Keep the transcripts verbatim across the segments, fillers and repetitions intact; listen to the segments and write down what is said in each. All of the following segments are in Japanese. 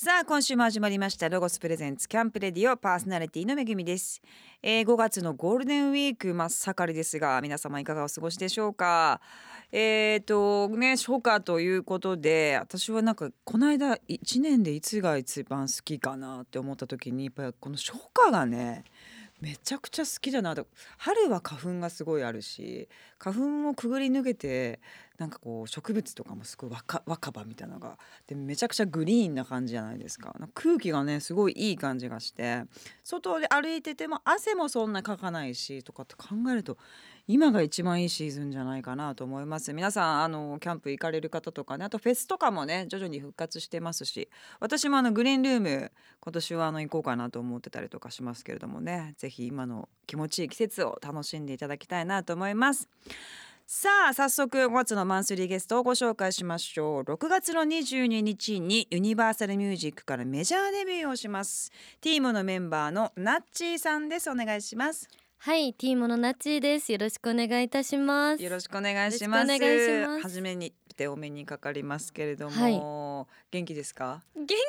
さあ今週も始まりましたロゴスプレゼンツキャンプレディオ、パーソナリティのめぐみです、えー、ごがつのゴールデンウィーク真っ盛りですが、皆様いかがお過ごしでしょうか。えーとね初夏ということで、私はなんかこの間いちねんでいつが一番好きかなって思った時に、やっぱりこの初夏がねめちゃくちゃ好きだなと。春は花粉がすごいあるし、花粉をくぐり抜けてなんかこう植物とかもすごい若若葉みたいなのがで、めちゃくちゃグリーンな感じじゃないですか。なんか空気がねすごいいい感じがして、外で歩いてても汗もそんなかかないしとかって考えると、今が一番いいシーズンじゃないかなと思います。皆さんあのキャンプ行かれる方とかね、あとフェスとかもね徐々に復活してますし、私もあのグリーンルーム今年はあの行こうかなと思ってたりとかしますけれどもね、ぜひ今の気持ちいい季節を楽しんでいただきたいなと思います。さあ早速ごがつのマンスリーゲストをご紹介しましょう。ろくがつのにじゅうににちにユニバーサルミュージックからメジャーデビューをします。ティーモのメンバーのナッチーさんです。お願いします。 はい、ティーモのナッチーです。よろしくお願いいたします。 よろしくお願いします。 よろしくお願いします。 初めにてお目にかかりますけれども、 はい、 元気ですか？ 元気ですよ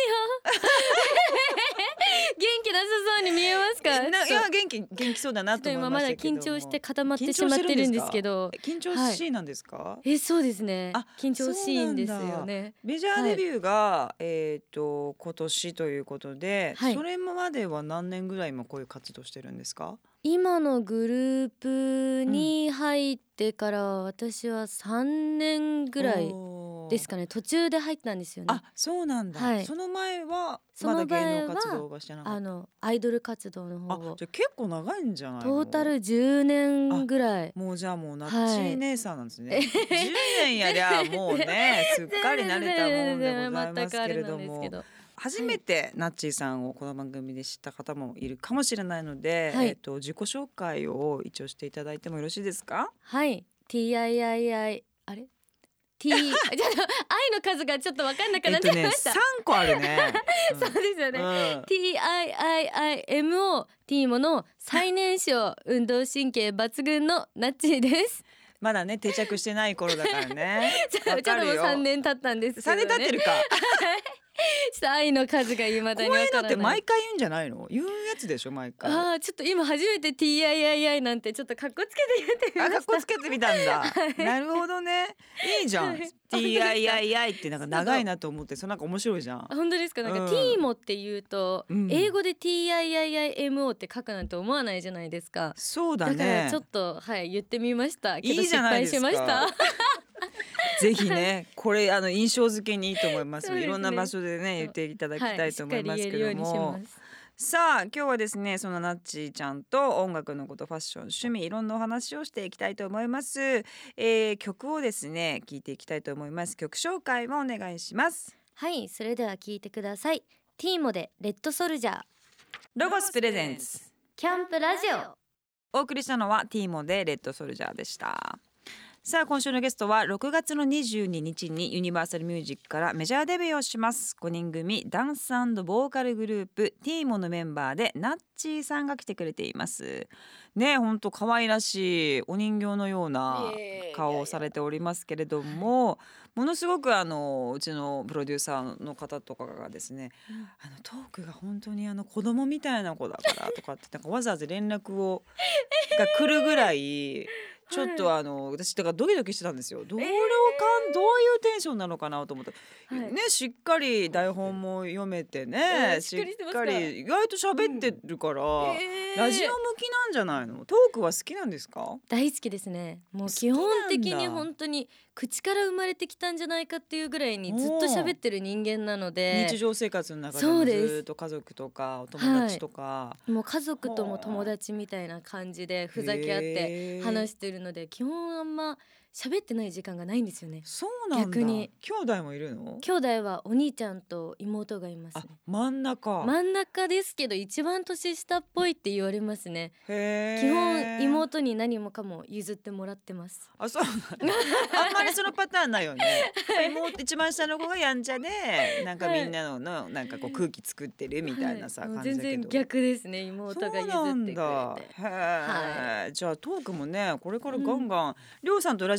元気なさそうに見えますか？ いや元気元気そうだなと思いましたけども、 今まだ緊張して固まってしまってるんですけど。 緊張しいなんですか？はい、 えそうですね、緊張しいんですよね。 メジャーデビューが、はい、えっ、ー、と今年ということで、はい、それまでは何年ぐらい今こういう活動してるんですか？ 今のグループに入ってから私はさんねんぐらいですかね。途中で入ったんですよね。 あ、そうなんだ、はい、その前はまだ芸能活動はしてなかった。 あのアイドル活動の方を。 あ、じゃあ結構長いんじゃないの？ トータルじゅうねんぐらい。 もうじゃあもうナッチ姉さんなんですね、はい、じゅうねんやりゃもうねすっかり慣れたもんでございますけれども初めてナッチーさんをこの番組で知った方もいるかもしれないので、はい、えっと、自己紹介を一応していただいてもよろしいですか？ はい、 ティーアイアイアイ あれ T じゃあ愛の数がちょっと分かんなくなっちゃいました、えっとね、 さんこあるね、 うん、そうですよね、うん、ティーアイアイアイエムオー ティーモの最年少運動神経抜群のナッチーです。 まだね定着してない頃だからねちょっともうさんねん経ったんですけど、ね、 さんねん経ってるかちょっと愛の数が未だに分からない。こういうのって毎回言うんじゃないの？言うやつでしょ毎回。 ああ、ちょっと今初めて ティーアイアイアイ なんてちょっとカッコつけて言ってみました。 あ、カッコつけてみたんだ、はい、なるほどね、いいじゃん、はい、ティーアイアイアイ ってなんか長いなと思って、それなんか面白いじゃん。 本当ですか？なんか T もって言うと、うん、英語で ティーアイアイアイエムオー って書くなんて思わないじゃないですか。 そうだね。 だからちょっとはい言ってみましたけど、 いいじゃないですか。 失敗しましたぜひねこれあの印象付けにいいと思います。いろんな場所でね言っていただきたいと思いますけども、はい、さあ今日はですねそのナッチーちゃんと音楽のこと、ファッション、趣味、いろんなお話をしていきたいと思います。えー、曲をですね聴いていきたいと思います。曲紹介もお願いします。 はい、それでは聴いてください。ティーモでレッドソルジャー。 ロゴスプレゼンツキャンプラジオ。 お送りしたのはティーモでレッドソルジャーでした。さあ今週のゲストはろくがつのにじゅうににちにユニバーサルミュージックからメジャーデビューをしますごにん組ダンス&ボーカルグループティーモのメンバーでナッチーさんが来てくれていますね。ほんと可愛らしいお人形のような顔をされておりますけれども、ものすごくあのうちのプロデューサーの方とかがですね、うん、あのトークが本当にあの子供みたいな子だからとかってなんかわざわざ連絡をが来るぐらいちょっとあの、はい、私だからドキドキしてたんですよ。どれをかん、えー、どういうテンションなのかなと思って、はい、ね、しっかり台本も読めてね、えー、しっかり意外と喋ってるから、うん、えー、ラジオ向きなんじゃないの？トークは好きなんですか？ 大好きですね。もう基本的に本当に口から生まれてきたんじゃないかっていうぐらいにずっと喋ってる人間なので、 日常生活の中でもずっと家族とかお友達とか、 はい、もう家族とも友達みたいな感じでふざけ合って話してるので、基本あんま喋ってない時間がないんですよね。 そうなんだ。逆に兄弟もいるの？ 兄弟はお兄ちゃんと妹がいますね。 あ、真ん中真ん中ですけど一番年下っぽいって言われますね。 へー。 基本妹に何もかも譲ってもらってます。 あ、そうなんだあんまりそのパターンないよね妹一番下の子がやんちゃでなんかみんなの、のなんかこう空気作ってるみたいなさ、はい、感じだけど全然逆ですね。妹が譲ってくれて。 そうなんだ。へー、はい、じゃあトークもねこれからガンガン、うん、りょうさんとラジ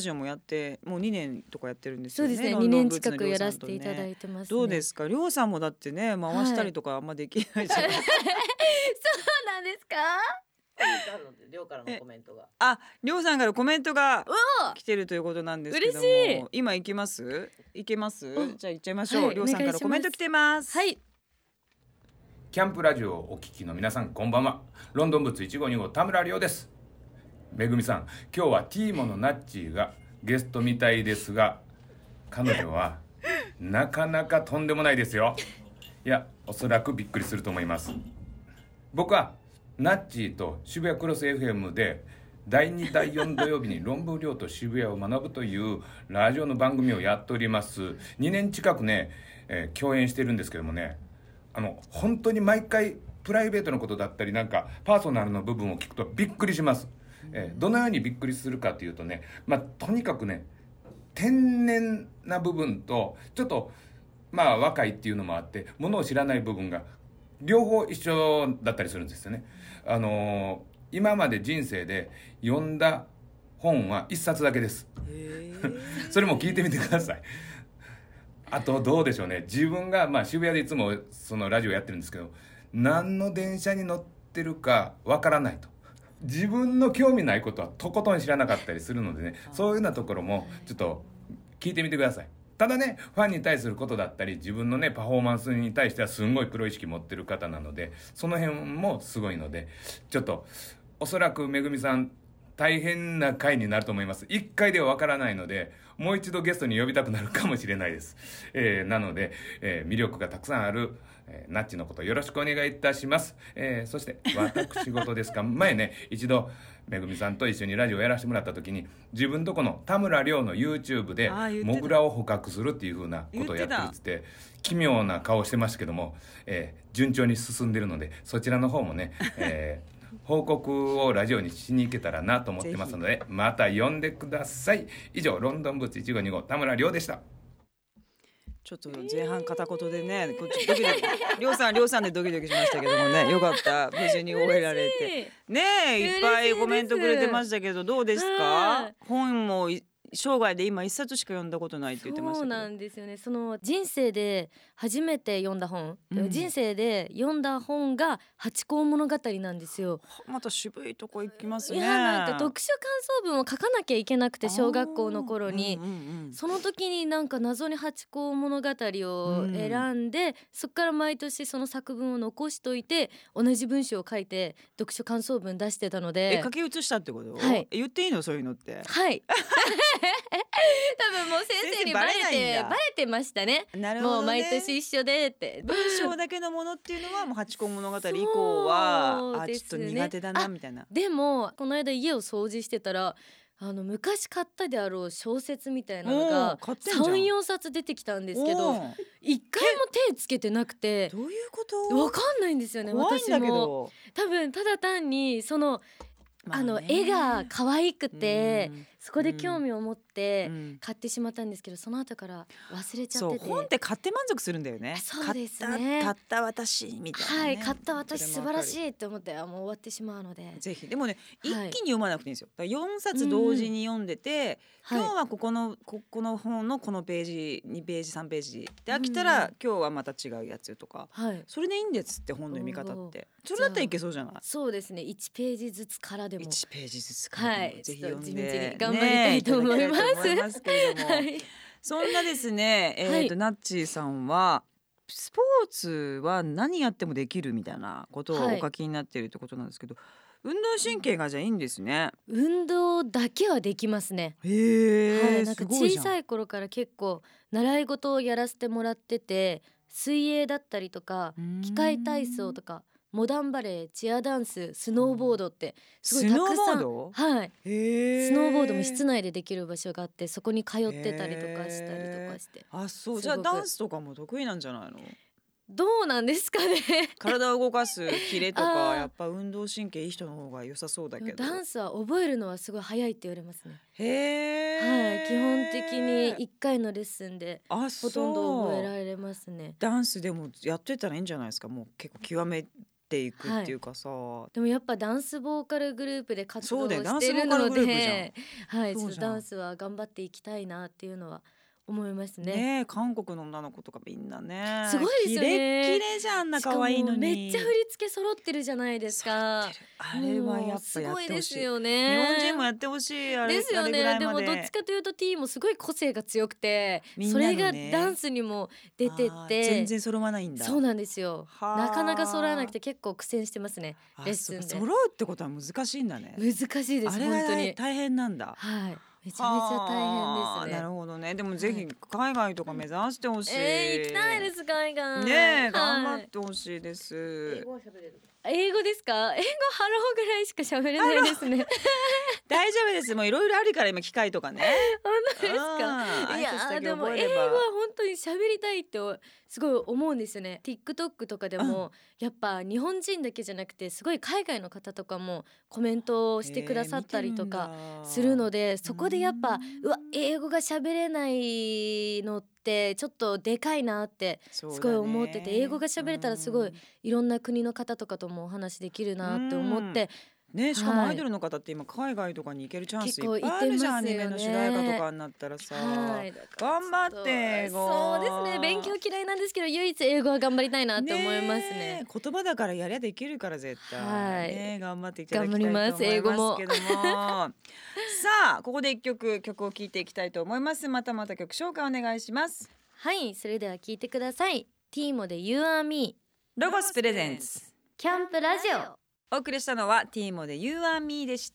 ジオもやってもうにねんとかやってるんですよね。 そうですね、にねん近くやらせていただいてますね。 どうですか、りょうさんもだってね回したりとかあんまできないじゃない、はい、 そうなんですか。 りょうからのコメントが、 あ、りょうさんからコメントが来てるということなんですけども、 嬉しい。 今行けます行けます、 うん、 じゃあ行っちゃいましょう、 はい、 りょうさんからコメント来てます。 はい。 キャンプラジオをお聞きの皆さん、こんばんは。ロンドンブーツいちごにご田村亮です。めぐみさん、今日はティーモのナッチーがゲストみたいですが、彼女はなかなかとんでもないですよ。いや、おそらくびっくりすると思います。僕はナッチーと渋谷クロス エフエム でだいにだいよん土曜日に論文寮と渋谷を学ぶというラジオの番組をやっております。にねん近くね、えー、共演してるんですけどもね、あの本当に毎回プライベートのことだったりなんかパーソナルの部分を聞くとびっくりします。えー、どのようにびっくりするかというとね、まあとにかくね、天然な部分とちょっとまあ若いっていうのもあってものを知らない部分が両方一緒だったりするんですよね。あのー、今まで人生で読んだ本は一冊だけです。それも聞いてみてください。あとどうでしょうね、自分がまあ渋谷でいつもそのラジオやってるんですけど、何の電車に乗ってるかわからないと、自分の興味ないことはとことん知らなかったりするのでね、そういうようなところもちょっと聞いてみてください。ただね、ファンに対することだったり自分のねパフォーマンスに対してはすんごいプロ意識持ってる方なので、その辺もすごいので、ちょっとおそらくめぐみさん大変な回になると思います。いっかいではわからないので、もう一度ゲストに呼びたくなるかもしれないです。えー、なので、えー、魅力がたくさんある、えー、ナッチのことよろしくお願いいたします。えー、そして私事ですか前ね一度めぐみさんと一緒にラジオをやらせてもらった時に、自分とこの田村亮の YouTube でモグラを捕獲するっていう風なことをやってるっつって奇妙な顔してましたけども、えー、順調に進んでるのでそちらの方もね、えー報告をラジオにしに行けたらなと思ってますので、また呼んでください。以上、ロンドンブーツいちごにご田村亮でした。 ちょっと前半片言でね、こっちドキドキ亮さん亮さんでドキドキしましたけどもね、よかった、無事に終えられてねえ、いっぱいコメントくれてましたけど、どうですか？本も生涯で今一冊しか読んだことないって言ってましたけど。 そうなんですよね。その人生で初めて読んだ本、うん、人生で読んだ本が八甲物語なんですよ。 また渋いとこ行きますね。 いや、なんか読書感想文を書かなきゃいけなくて、小学校の頃に、うんうんうん、その時になんか謎に八甲物語を選んで、うん、そっから毎年その作文を残しといて同じ文章を書いて読書感想文出してたので。 え、書き写したってこと？ はい、 言っていいのそういうのって？ はい多分もう先生にバレてバレてましたね。なるほどね、もう毎年一緒でって。 文章だけのものっていうのはもう八甲物語以降は、あ、ちょっと苦手だなみたいな。 でもこの間家を掃除してたら、あの昔買ったであろう小説みたいなのがさん、よんさつ出てきたんですけど、一回も手つけてなくて、 どういうこと？ わかんないんですよね。 怖いんだけど。 私も多分ただ単にそのあの絵が可愛くて、そこで興味を持って買ってしまったんですけど、その後から忘れちゃってて。 そう、本って買って満足するんだよね。 そうですね。 買った私みたいな、ね、 はい、買った私素晴らしいって思ってもう終わってしまうので、 ぜひでもね、一気に読まなくていいんですよ。だからよんさつ同時に読んでて、うん、今日はここのここの本のこのページにページさんページで飽きたら、うん、今日はまた違うやつとか、はい、それでいいんですって。本の読み方ってそれだったらいけそうじゃない？ そうですね、いちページずつからでもいちページずつからでも、はい、ぜひ読んで、 地道に頑張りたいと思います、 ね、ますけれども、はい、そんなですね、えーとはい、ナッチーさんはスポーツは何やってもできるみたいなことをお書きになっているということなんですけど、はい、運動神経がじゃあいいんですね。 運動だけはできますね。 へー、はい、 なんか小さい頃から結構習い事をやらせてもらってて、水泳だったりとか器械体操とかモダンバレー、チアダンス、スノーボードってすごいたくさん、 スノーボード？ はい、 へー、 スノーボードも室内でできる場所があって、そこに通ってたりとかしたりとかして。 あ、そう、じゃあダンスとかも得意なんじゃないの？ どうなんですかね体を動かすキレとかやっぱ運動神経いい人の方が良さそうだけど、 ダンスは覚えるのはすごい早いって言われますね。 へー、 はい、基本的にいっかいのレッスンでほとんど覚えられますね。 ダンスでもやってたらいいんじゃないですか。もう結構極めてっていくっていうかさ、はい、 でもやっぱダンスボーカルグループで活動してるのダンスボーカルグループじで、はい、 そうじゃんダンスは頑張っていきたいなっていうのは思いますね。 ねえ、韓国の女の子とかみんなねすごいですよね。 キレッキレじゃん、あんな可愛いのに。 めっちゃ振り付け揃ってるじゃないですか。 あれはやっぱやってほしい。 すごいですよね。 日本人もやってほしい。あれですよね。 あれぐらいまででもどっちかというと T もすごい個性が強くて、 みんなのねそれがダンスにも出てあーて全然揃わないんだ。 そうなんですよ。 はあなかなか揃わなくて結構苦戦してますね。 あレッスンでそうか揃うってことは難しいんだね。 難しいですあれが本当に。 大変なんだ。 はいめちゃめちゃ大はあ変ですね。 なるほどね。でもぜひ海外とか目指してほしい。 えー、行きたいです海外。 ねえ、 はい頑張ってほしいです。 英語は喋れる。 英語ですか？英語ハローぐらいしか喋れないですね。 大丈夫です。もういろいろあるから今機械とかね。 本当ですあーか？いや挨拶だけでも覚えれば英語は本当に喋りたいってすごい思うんですよね。TikTok とかでも、やっぱ日本人だけじゃなくてすごい海外の方とかもコメントをしてくださったりとかするので、そこでやっぱうわ英語が喋れないのってちょっとでかいなってすごい思ってて、英語が喋れたらすごいいろんな国の方とかともお話できるなって思って。 ね、しかもはいアイドルの方って今海外とかに行けるチャンスいっ結構ぱいあるじゃん。ア行ってますよねニメの主題歌とかになったらさ、 はいだから頑張って英語。 そうですね。勉強嫌いなんですけど唯一英語は頑張りたいなって思いますね。 え言葉だからやりゃできるから絶対、 はいね、頑張っていただきたいと思います頑張ります英語もけどもさあここで一曲曲を聴いていきたいと思います。またまた曲紹介お願いします。 はいそれでは聞いてください。ティーモで You are me ロゴスプレゼンツキャンプラジオ。 お送りしたのはティーモで You are me でした。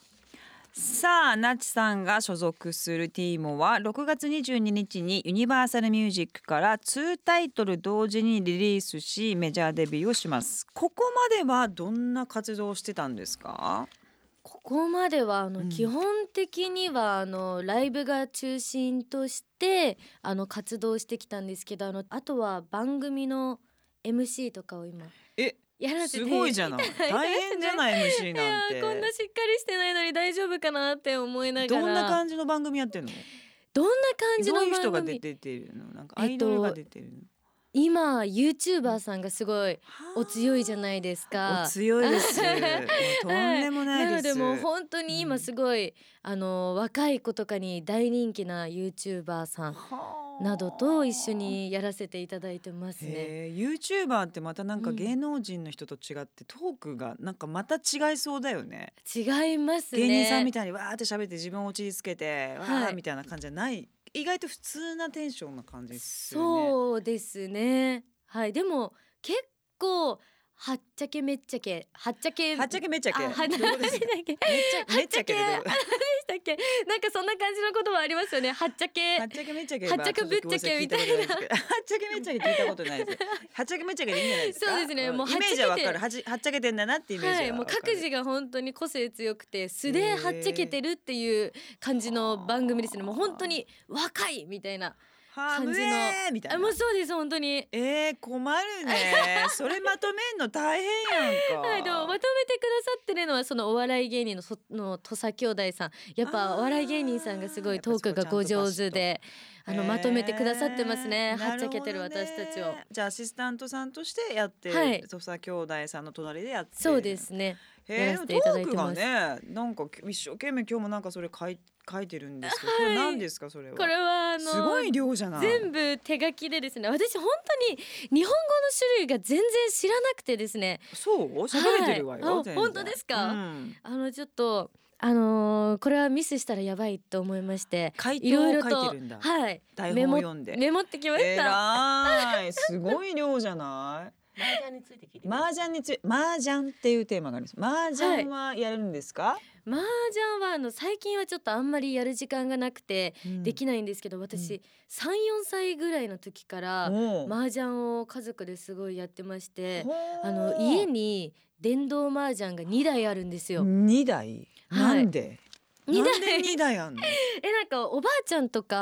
さあナチさんが所属するティーモはろくがつにじゅうににちにユニバーサルミュージックからにタイトル同時にリリースしメジャーデビューをします。ここまではどんな活動をしてたんですか？ ここまではあの、 うん基本的にはあのライブが中心としてあの活動してきたんですけど、あのあとは番組の エムシー とかを今えやらせてすごいじゃない大変じゃない エムシー なんて。 いやこんなしっかりしてないのに大丈夫かなって思いながら。 どんな感じの番組やってんの？ どんな感じのどういう人が番組出てるの？なんかアイドルが出てるの？ 今 YouTuber さんがすごいお強いじゃないですか。 お強いですもうとんでもないです、 なのでもう本当に今すごい、あの若い子とかに大人気な YouTuber さんなどと一緒にやらせていただいてますね。 へー YouTuber ってまたなんか芸能人の人と違ってトークがなんかまた違いそうだよね。 違いますね。 芸人さんみたいにわーって喋って自分を落ち着けてわはいーみたいな感じじゃない、意外と普通なテンションな感じですよね。 そうですね。はいでも結構はっちゃけめっちゃけはっちゃけはっちゃけめっちゃけあはっちゃけどういうことですか？めっちゃめっちゃけってどういうことはっちゃけなんかそんな感じの言葉ありますよね。はっちゃけはっちゃけめっちゃけはっちゃけぶっちゃけみたいなはっちゃけめっちゃけ聞いたことないです。はっちゃけめっちゃけでいいんじゃないですか？ そうですねんもうイメージはわはっちゃけてかる。はじはっちゃけてんだなってイメージはわかる。 はいもう各自が本当に個性強くて素ではっちゃけてるっていう感じの番組ですね。もう本当に若いみたいなはあ感じのうえーみたいなあもう。そうです本当に。 えー、困るね。それまとめんの大変やんか。 はい、でもまとめてくださってるのはそのお笑い芸人のその土佐兄弟さん。やっぱお笑い芸人さんがすごいトークがご上手であのまとめてくださってますね。はっちゃけてる私たちを。 じゃあアシスタントさんとしてやってる、 はい土佐兄弟さんの隣でやってる。 そうですね。 へーやらせていただいてトークますがねなんか一生懸命今日もなんかそれ書い書いてるんですけど、これ何ですかそれは？ これはあのすごい量じゃない。 全部手書きでですね。私本当に日本語の種類が全然知らなくてですね。 そう喋れてるわよ、 はいあ全然本当ですかうんあのちょっとあのーこれはミスしたらやばいと思いまして回答いろいろを書いてとるんだ。 はい台メモ本を読んで。 メモってきました。 えらいすごい量じゃない。 麻雀について聞いてみます麻雀につい麻雀っていうテーマがあるんです。麻雀はやれるんですか？ 麻雀はあの最近はちょっとあんまりやる時間がなくてできなないんですけど、私さん、よんさいぐらいの時から麻雀を家族ですごいやってまして、あの家に電動麻雀がにだいあるんですよ。 にだいはいなんで？ にだいなんでにだいあんの？ えなんかおばあちゃんとか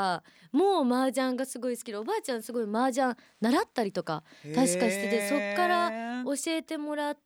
もう麻雀がすごい好きで、おばあちゃんすごい麻雀習ったりとか確かしてて、そっから教えてもらって、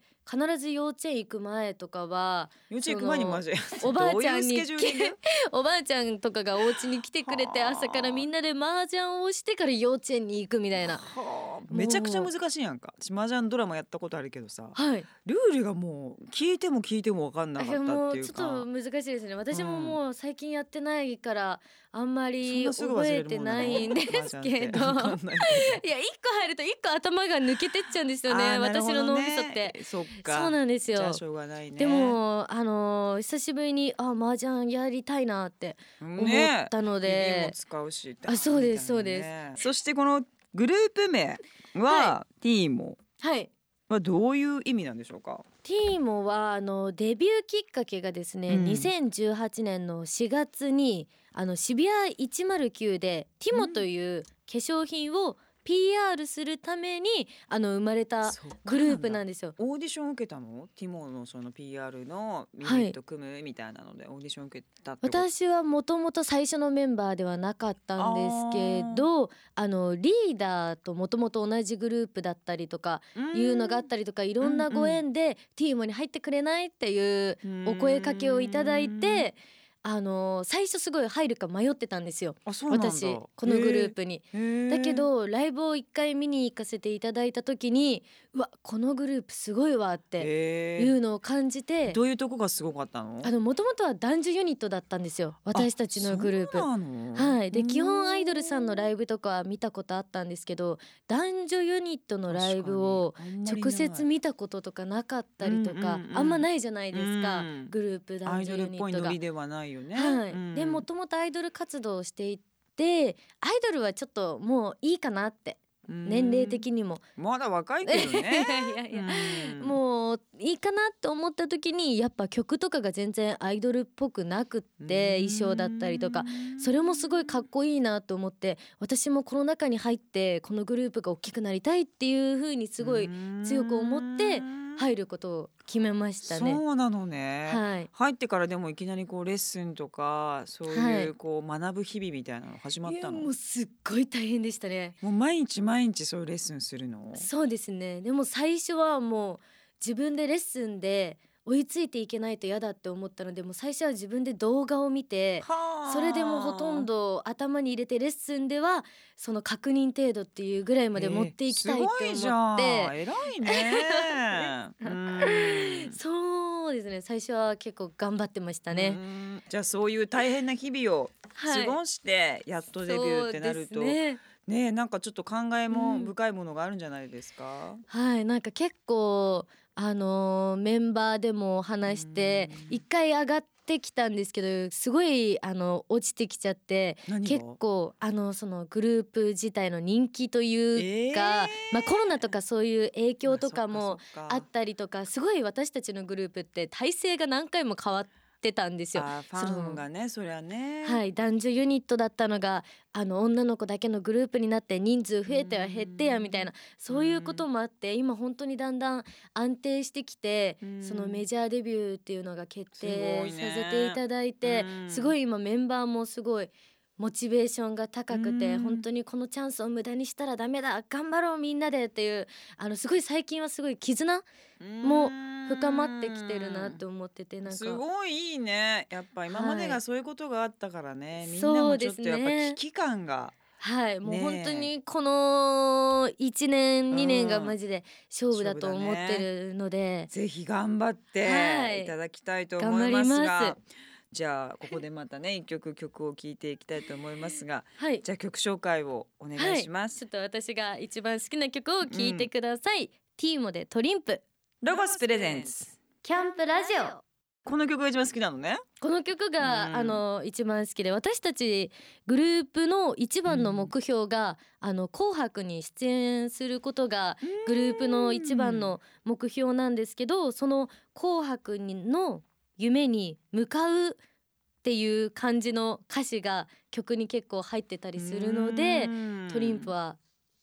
必ず幼稚園行く前とかは幼稚園行く前にマジおばあちゃんにどういうスケジューリングおばあちゃんとかがお家に来てくれて、朝からみんなで麻雀をしてから幼稚園に行くみたいな。 めちゃくちゃ難しいやんか。私麻雀ドラマやったことあるけどさ、 はい、 ルールがもう聞いても聞いても分かんなかったっていうか、 もうちょっと難しいですね。私ももう最近やってないからあんまり覚えてないんですけど、いや一個入ると一個頭が抜けてっちゃうんですよね、私の脳みそって。 そっか、 そうなんですよ。 じゃあしょうがないね。 でもあのー、久しぶりにあ麻雀やりたいなって思ったので、 ね、も使うし、 あそうですそうです。 そしてこのグループ名は、はい、ティーモはどういう意味なんでしょうか。 ティーモはあのデビューきっかけがですね、うん、にせんじゅうはちねんのしがつにあの渋谷いちまるきゅうでティモという化粧品をピーアール するためにあの生まれたグループなんですよ。 オーディション受けたの？ティモのその ピーアール のユニット組むみたいなのでオーディション受けたってこと？ 私はもともと最初のメンバーではなかったんですけど、あのリーダーともともと同じグループだったりとかいうのがあったりとか、いろんなご縁でティーモに入ってくれないっていうお声かけをいただいて、あのー、最初すごい入るか迷ってたんですよ。私このグループに。だけどライブを一回見に行かせていただいた時に、うわこのグループすごいわっていうのを感じて。 どういうとこがすごかったの？ あの元々は男女ユニットだったんですよ、私たちのグループ。はい。で基本アイドルさんのライブとかは見たことあったんですけど、男女ユニットのライブを直接見たこととかなかったりとか、あんまないじゃないですか、グループ男女ユニットが。アイドルっぽいノリではないよね。はい。うん、でもともとアイドル活動をしていて、アイドルはちょっともういいかなって、年齢的にもまだ若いけどねいやいや、もういいかなって思った時に、やっぱ曲とかが全然アイドルっぽくなくって、衣装だったりとかそれもすごいかっこいいなと思って、私もこの中に入ってこのグループが大きくなりたいっていう風にすごい強く思って入ることを決めましたね。 そうなのね、 はい、 入ってからでもいきなりこうレッスンとかそういうこう学ぶ日々みたいなの始まったの？ いやもうすっごい大変でしたね。 もう毎日毎日そういうレッスンするの？ そうですね。でも最初はもう自分でレッスンで追いついていけないと嫌だって思ったので、もう最初は自分で動画を見て、それでもほとんど頭に入れて、レッスンではその確認程度っていうぐらいまで持っていきたいって思って、えー、すごいじゃん、 偉いねうんそうですね、最初は結構頑張ってましたね。 じゃあそういう大変な日々を過ごしてやっとデビューってなると、はい、ねえ、なんかちょっと考えも深いものがあるんじゃないですか？ うん、はい。なんか結構あのー、メンバーでも話して一回上がってきたんですけど、すごいあの落ちてきちゃって、結構あのそのグループ自体の人気というか、えーまあ、コロナとかそういう影響とかもあったりとか、すごい私たちのグループって体制が何回も変わっててたんですよ。 あファンがね、そりゃね、 はい、男女ユニットだったのがあの女の子だけのグループになって人数増えては減ってやみたいな、そういうこともあって、今本当にだんだん安定してきて、そのメジャーデビューっていうのが決定させていただいて、すごい今メンバーもすごいモチベーションが高くて、本当にこのチャンスを無駄にしたらダメだ、頑張ろうみんなでっていう、あのすごい最近はすごい絆も深まってきてるなって思ってて、なんかすごいいいね。やっぱ今までがそういうことがあったからね、はい、みんなもちょっとやっぱ危機感が、 はい、もう本当にこのいちねんにねんがマジで勝負だと思ってるので、 ね、ぜひ頑張っていただきたいと思いますが、はい、頑張ります。じゃあここでまたね一曲曲を聴いていきたいと思いますが、はい、じゃあ曲紹介をお願いします。 はい、ちょっと私が一番好きな曲を聴いてください。うん、ティーモでトリンプ。 ロゴスプレゼンツキャンプラジオ。 この曲が一番好きなのね。 この曲が、うん、あの一番好きで、私たちグループの一番の目標が、うん、あの紅白に出演することがグループの一番の目標なんですけど、その紅白の夢に向かうっていう感じの歌詞が曲に結構入ってたりするので、トリンプは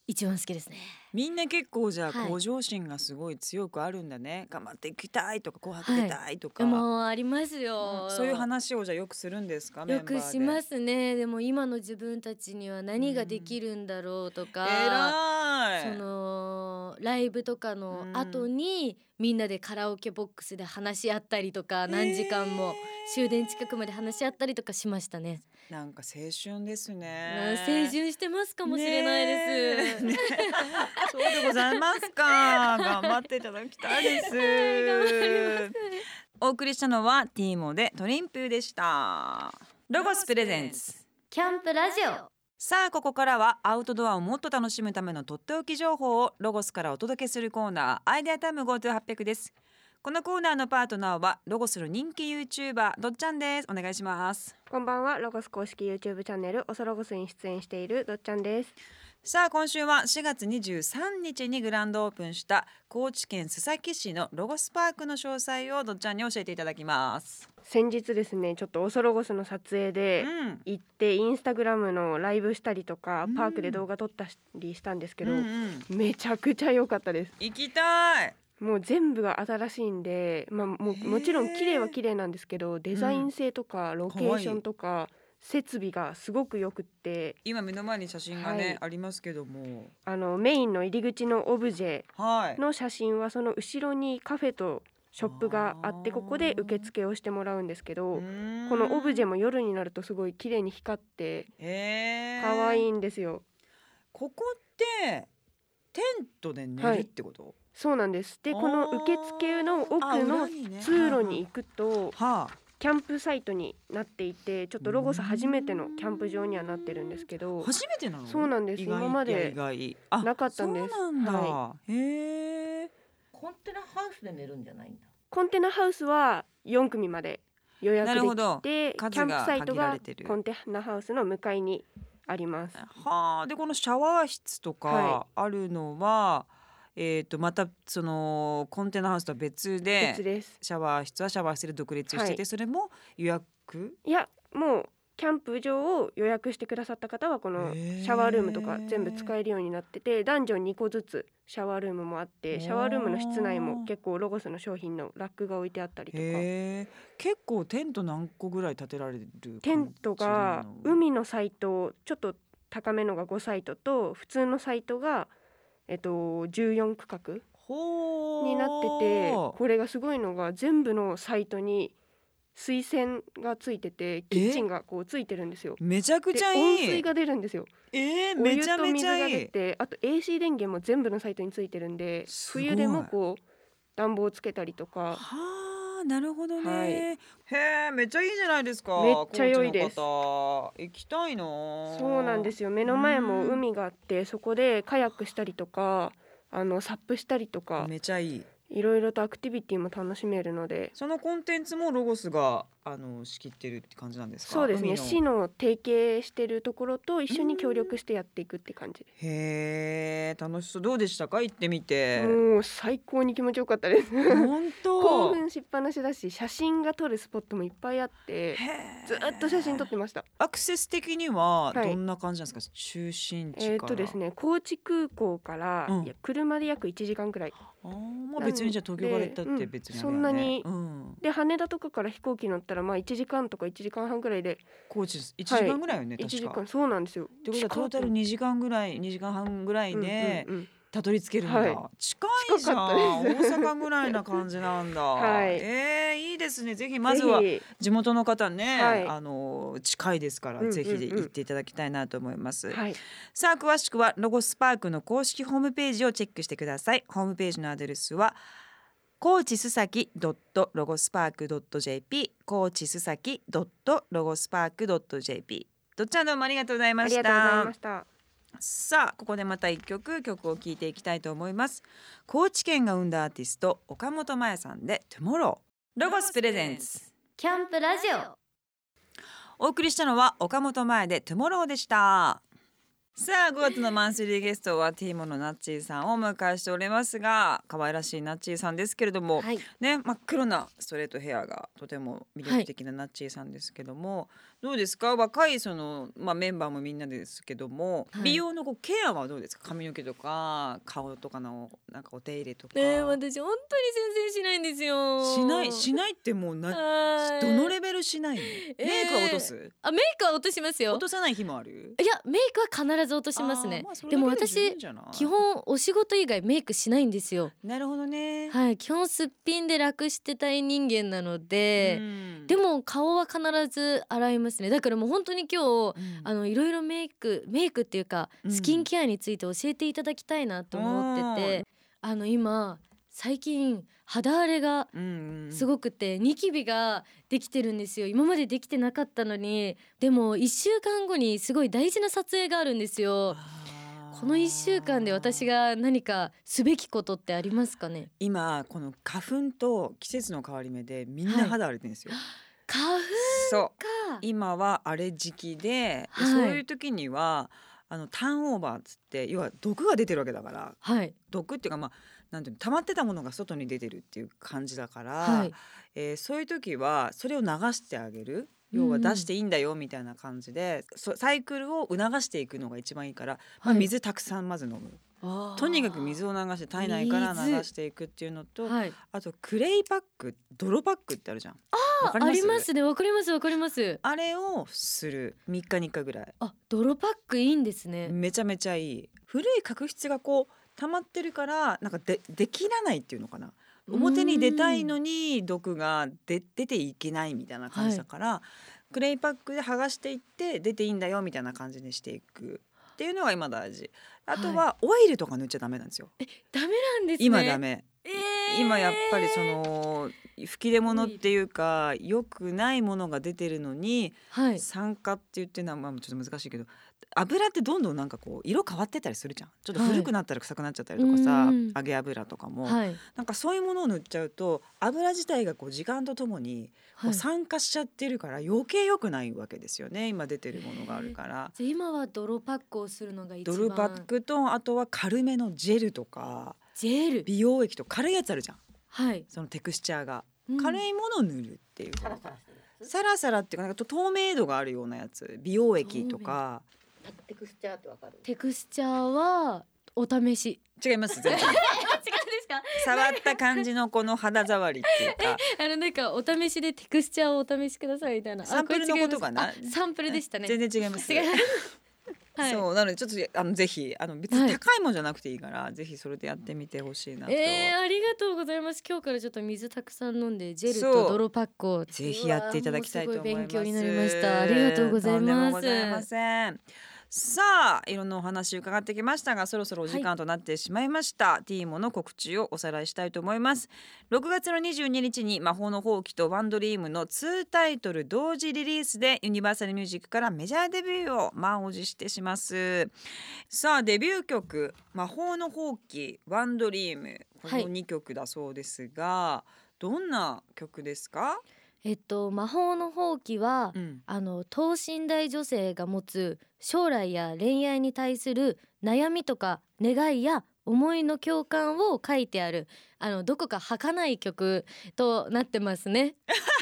一番好きですね。 みんな結構じゃあはい向上心がすごい強くあるんだね。頑張っていきたいとか紅白出たいとか、 でもありますよ、 うんそういう話をじゃあよくするんですか？メンよバーでくしますね。でも今の自分たちには何ができるんだろうとか、 えらい。 そのライブとかの後にみんなでカラオケボックスで話し合ったりとか、何時間も終電近くまで話し合ったりとかしましたね。 なんか青春ですうんね。 青春してますかもしれないです、 ねえねそうでございますか。頑張っていただきたいです。 頑張ります。 お送りしたのはティーモでトリンプーでした。ロゴスプレゼンツキャンプラジオ。 さあここからはアウトドアをもっと楽しむためのとっておき情報をロゴスからお届けするコーナーアイデアタイム ゴートゥーはっぴゃく です。このコーナーのパートナーはロゴスの人気 YouTuber どっちゃんです。お願いします。 こんばんは。ロゴス公式 YouTube チャンネルおそロゴスに出演しているどっちゃんです。 さあ今週はしがつにじゅうさんにちにグランドオープンした高知県須崎市のロゴスパークの詳細をどっちゃんに教えていただきます。 先日ですね、ちょっとおそロゴスの撮影でうん行ってインスタグラムのライブしたりとか、 うんパークで動画撮ったりしたんですけど、 うんうんめちゃくちゃ良かったです。 行きたい。 もう全部が新しいんで、まあ、もうもちろん綺麗は綺麗なんですけど、デザイン性とかロケーションとか設備がすごくよくって、 今目の前に写真がね、 はいありますけども、 あのメインの入り口のオブジェはいの写真はその後ろにカフェとショップがあって、ここで受付をしてもらうんですけど、このオブジェも夜になるとすごい綺麗に光って可愛いんですよ。 ここってテントで寝るってこと？ そうなんです。で、 あーこの受付の奥あの裏にね通路に行くとはあ、 キャンプサイトになっていて、ちょっとロゴス初めてのキャンプ場にはなってるんですけど、 初めてなの？ そうなんです。 意外今までいや意外あなかったんです。 そうなんだ、 はへえ。 コンテナハウスで寝るんじゃないんだ。 コンテナハウスはよん組まで予約でなるほどきて、キャンプ数がサイトが限られてるコンテナハウスの向かいにあります。 はあ、でこのシャワー室とかはあるのは、えー、とまたそのコンテナハウスとは別で別です。 シャワー室はシャワー室で独立してて、 はいそれも予約？ いや、もうキャンプ場を予約してくださった方はこのシャワールームとか全部使えるようになってて、男女にこずつシャワールームもあって、シャワールームの室内も結構ロゴスの商品のラックが置いてあったりとか、 へえ。結構テント何個ぐらい建てられる感じなの？ テントが海のサイトちょっと高めのがごサイトと普通のサイトが、えっと、じゅうよん区画ほーになってて、これがすごいのが全部のサイトに水栓がついてて、キッチンがこうついてるんですよ。 めちゃくちゃいい。 で温水が出るんですよ。 えー、 お湯めちゃめと水がちゃいい。 出て、あと エーシー 電源も全部のサイトについてるんで、 すごい冬でもこう暖房つけたりとか。 はあ、なるほどね、 はいへえ、めっちゃいいじゃないですか。 めっちゃ良いです高知の方行きたいな。 そうなんですよ。目の前も海があって、そこでカヤックしたりとか、あのサップしたりとか、 めっちゃいい。 いろいろとアクティビティも楽しめるので。 そのコンテンツもロゴスがあの仕切ってるって感じなんですか？ そうですね。 海の市の提携してるところと一緒に協力してやっていくって感じで。 へえ、楽しそう。どうでしたか？行ってみて。 もう最高に気持ちよかったです本当。 興奮しっぱなしだし、写真が撮るスポットもいっぱいあってへーずっと写真撮ってました。 アクセス的にははいどんな感じなんですか？中心地から。 えーっとですね、高知空港から、 うんいや車で約いちじかんくらいあー、まあ別にじゃあ東京から行ったって別にあれやね、 うんそんなにうん、 で、羽田とかから飛行機乗ったらまあいちじかんとかいちじかんはんくらいで、 高知いちじかんぐらいよね、 いちじかん、 確か。 そうなんですよ。 ってことはトータルにじかんぐらいにじかんはんぐらいでうんうんうんたどり着けるんだ、 はい近いじゃん。 近かったです大阪ぐらいな感じなんだ、 はいえー、いいですね。ぜひまずはぜ地元の方ね、 はいあの近いですから、 うんうんうんぜひ行っていただきたいなと思います、 ひはい、 さあ詳しくはロゴスパークの公式ホームページをチェックしてください。ホームページのアドレスは高知須崎 ロゴスパーク ジェーピー 高知須崎 ロゴスパーク ジェーピー。どっちゃんどうもありがとうございありましたがとうございま。した。 さあここでまた一曲曲を聴いていきたいと思います。高知県が生んだアーティスト岡本真也さんで Tomorrow。 ロゴスプレゼンツキャンプラジオ。 お送りしたのは岡本真也で Tomorrow でした。 さあごがつのマンスリーゲストはティーモのナッチーさんをお迎えしておりますが、可愛らしいナッチーさんですけれども、 はい、 ね、真っ黒なストレートヘアがとても魅力的なナッチーさんですけども、どうですか、若いその、まあ、メンバーもみんなですけども、 はい、 美容のこうケアはどうですか、髪の毛とか顔とかのなんかお手入れとか。 えー、私本当に全然しないんですよ。 しないしないってもうなはいどのレベルしないの、メイクは落とす、 あ、メイクは落としますよ。 落とさない日もある。 いや、メイクは必ず落としますね。 あーまあそれでもだけ十私分じゃない基本お仕事以外メイクしないんですよ。 なるほどね。 はい、基本すっぴんで楽してたい人間なので、 うんでも顔は必ず洗いますね。だからもう本当に今日うんあのいろいろメイクメイクっていうかうんスキンケアについて教えていただきたいなと思ってて、あの今最近肌荒れがうんうんすごくてニキビができてるんですよ。今までできてなかったのに。でもいっしゅうかんごにすごい大事な撮影があるんですよ。 あーこのいっしゅうかんで私が何かすべきことってありますかね。 今この花粉と季節の変わり目でみんな肌荒れてるんですよ、 花粉そうか。 今は荒れ時期で、ではいそういう時にはあのターンオーバーっつって要は毒が出てるわけだから、 はい毒っていうかまあなんていうの溜まってたものが外に出てるっていう感じだから、 はい。 えーそういう時はそれを流してあげる、要は出していいんだよみたいな感じで、そサイクルを促していくのが一番いいから、まあ、 はい水たくさんまず飲む、 あーとにかく水を流して体内から流していくっていうのと、 はい。 あとクレイパック、泥パックってあるじゃん。わかありますね。わかりますわかります。 あれをするみっかにいっかいぐらい、 あ、泥パックいいんですね。 めちゃめちゃいい。古い角質がこう溜まってるからなんかでできらないっていうのかな、表に出たいのに毒が出出ていけないみたいな感じだから、クレイパックで剥がしていって出ていいんだよみたいな感じにしていくっていうのが今大事。あとはオイルとか塗っちゃダメなんですよ、 ダメなんですね。 今ダメ。 えー今やっぱりその吹き出物っていうか良くないものが出てるのに、 はい。 酸化って言ってるのはまあちょっと難しいけど、油ってどんどんなんかこう色変わってたりするじゃん。ちょっと古くなったら臭くなっちゃったりとかさ、 うん揚げ油とかも、 はい。 なんかそういうものを塗っちゃうと油自体がこう時間とともにこはい。 う酸化しちゃってるから余計良くないわけですよね、今出てるものがあるから。 じゃあ今は泥パックをするのが一番。 ドルパックとあとは軽めのジェルとかジェル。 美容液と軽いやつあるじゃん、 はい。 そのテクスチャーが、 うん軽いものを塗るっていう、 サラサラしてるやつ。 サラサラっていうかなんか透明度があるようなやつ、美容液とか。 テクスチャーってわかる？ テクスチャーはお試し。 違います全然違うんですか。 触った感じのこの肌触りっていうかあのなんかお試しでテクスチャーをお試しくださいみたいな。あサンプルのことかなこれ違いますあサンプルでしたね。 全然違います違います。はい。 そうなのでちょっとあのぜひあの別に高いもんじゃなくていいから、ぜひそれでやってみてほしいなと、 えー、ありがとうございます。今日からちょっと水たくさん飲んでジェルそうと泥パックをぜひやっていただきたいと思います。 うわもうすごい勉強になりました。ありがとうございとんでもます。 ございません。さあいろんなお話伺ってきましたが、そろそろお時間となってしまいました、ティーモの告知をおさらいしたいと思います。ろくがつのにじゅうににちに魔法のほうきとワンドリームのツータイトル同時リリースでユニバーサルミュージックからメジャーデビューを満を持してします。さあデビュー曲魔法のほうきワンドリーム、このにきょくだそうですが、どんな曲ですか？ えっと魔法のほうきは、 うんあの等身大女性が持つ将来や恋愛に対する悩みとか願いや思いの共感を書いてある、あのどこか儚い曲となってますね。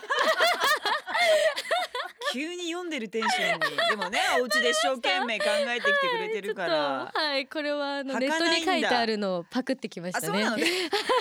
急に読んでるテンションにでもねお家で一生懸命考えてきてくれてるかちょらっとはい、これはあのネ儚いんだットに書いてあるのをパクってきましたね。 あそうなのね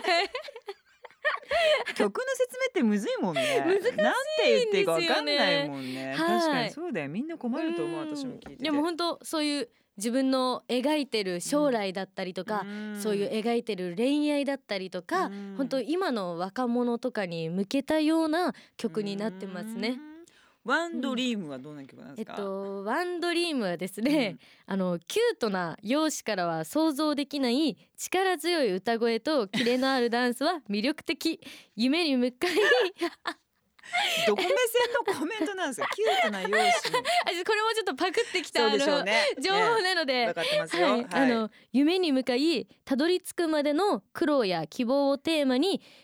曲の説明ってむずいもんね。 難しいんですよねなんて言っていいかわかんないもんね。 はい確かにそうだよ、みんな困ると思う。 うん私も聞いてて。 でも本当そういう自分の描いてる将来だったりとか、 うんそういう描いてる恋愛だったりとか、 うん本当今の若者とかに向けたような曲になってますね。 うん。ワンドリームはどんな曲なんでえっすか？ とワンドリームはですね、あのキュートな容姿からは想像できない力強い歌声とキレのあるダンスは魅力的。夢に向かいどこ目線のコメントなんですか？キュートな容姿の。 あこれもちょっとパクってきたそうあのでしょうね。 情報なので、 分かってますよ。 はい、あの夢に向かいたどり着くまでの苦労や希望をテーマに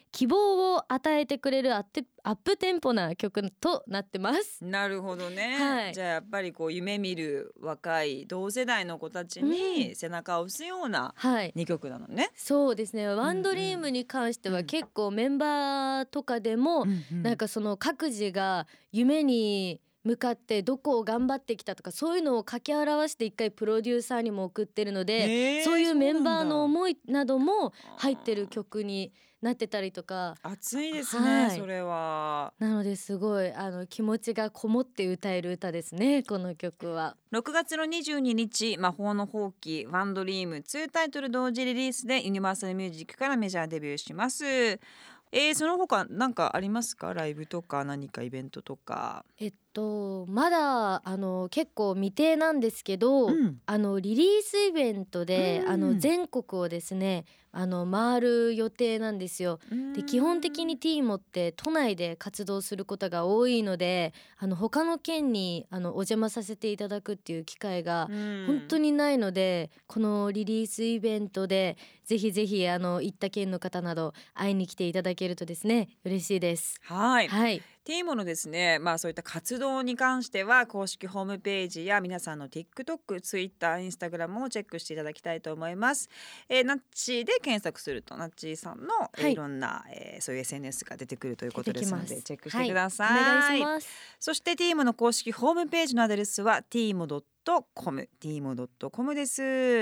希望を与えてくれるアッテアップテンポな曲となってます。 なるほどね、 はい、 じゃあやっぱりこう夢見る若い同世代の子たちに背中を押すようなにきょくなのね、はい、 そうですね。ワンドリームに関しては結構メンバーとかでもなんかその各自が夢に向かってどこを頑張ってきたとかそういうのを書き表して一回プロデューサーにも送ってるので、そういうメンバーの思いなども入ってる曲になってたりとか。 熱いですね、 はい、 それは。 なのですごいあの気持ちがこもって歌える歌ですね、この曲は。 ろくがつのにじゅうににち、魔法のほうきワンドリームにタイトル同時リリースでユニバーサルミュージックからメジャーデビューします。えー、その他何かありますか？ライブとか何かイベントとか。 えっとまだあの結構未定なんですけど、うん、あのリリースイベントで、うん、あの全国をですねあの回る予定なんですよ。で基本的にティーモって都内で活動することが多いので、あの他の県にあのお邪魔させていただくっていう機会が本当にないので、このリリースイベントでぜひぜひあの行った県の方など会いに来ていただけるとですね嬉しいです。 はい、 はい、 ティーモのですね、まあそういった活動に関しては公式ホームページや皆さんの TikTok、Twitter、Instagram をチェックしていただきたいと思います。えー、ナッチーで検索するとナッチーさんの、はい、いろんな、えー、そういう エスエヌエス が出てくるということですのでチェックしてください。 はい、お願いします。 そしてティーモの公式ホームページのアドレスは ティーモドットコム ティーモドットコム です。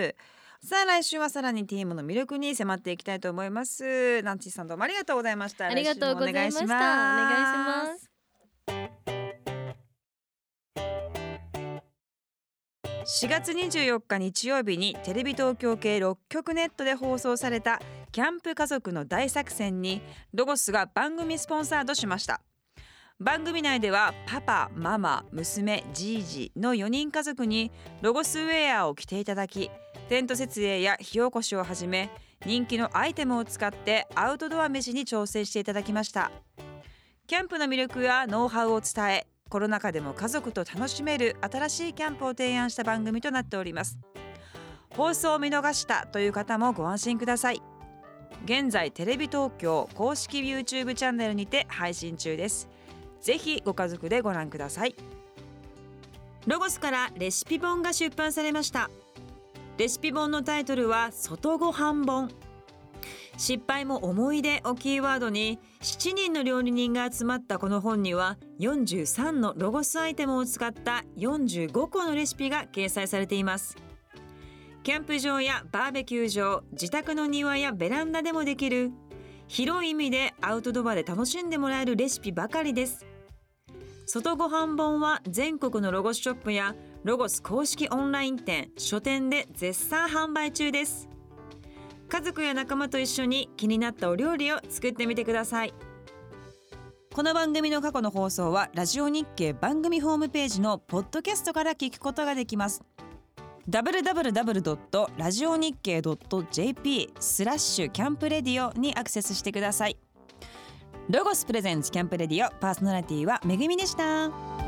さあ来週はさらにティーモの魅力に迫っていきたいと思います。ナンチーさんどうもありがとうございました。 ありがとうございました。お願いします。 しがつにじゅうよっか日曜日にテレビ東京系ろっきょくネットで放送されたキャンプ家族の大作戦にロゴスが番組スポンサードしました。番組内ではパパ、ママ、娘、ジージのよにん家族にロゴスウェアを着ていただき、テント設営や火起こしをはじめ人気のアイテムを使ってアウトドア飯に挑戦していただきました。キャンプの魅力やノウハウを伝え、コロナ禍でも家族と楽しめる新しいキャンプを提案した番組となっております。放送を見逃したという方もご安心ください。現在テレビ東京公式 YouTube チャンネルにて配信中です。ぜひご家族でご覧ください。ロゴスからレシピ本が出版されました。レシピ本のタイトルは外ごはん本。失敗も思い出をキーワードにしちにんの料理人が集まったこの本にはよんじゅうさんのロゴスアイテムを使ったよんじゅうごこのレシピが掲載されています。キャンプ場やバーベキュー場、自宅の庭やベランダでもできる広い意味でアウトドアで楽しんでもらえるレシピばかりです。外ごはん本は全国のロゴスショップやロゴス公式オンライン店、書店で絶賛販売中です。家族や仲間と一緒に気になったお料理を作ってみてください。この番組の過去の放送はラジオ日経番組ホームページのポッドキャストから聞くことができます。ダブリューダブリューダブリュードットラジオ日経ドットジェーピースラッシュキャンプレディオにアクセスしてください。ロゴスプレゼンツキャンプレディオ、パーソナリティはめぐみでした。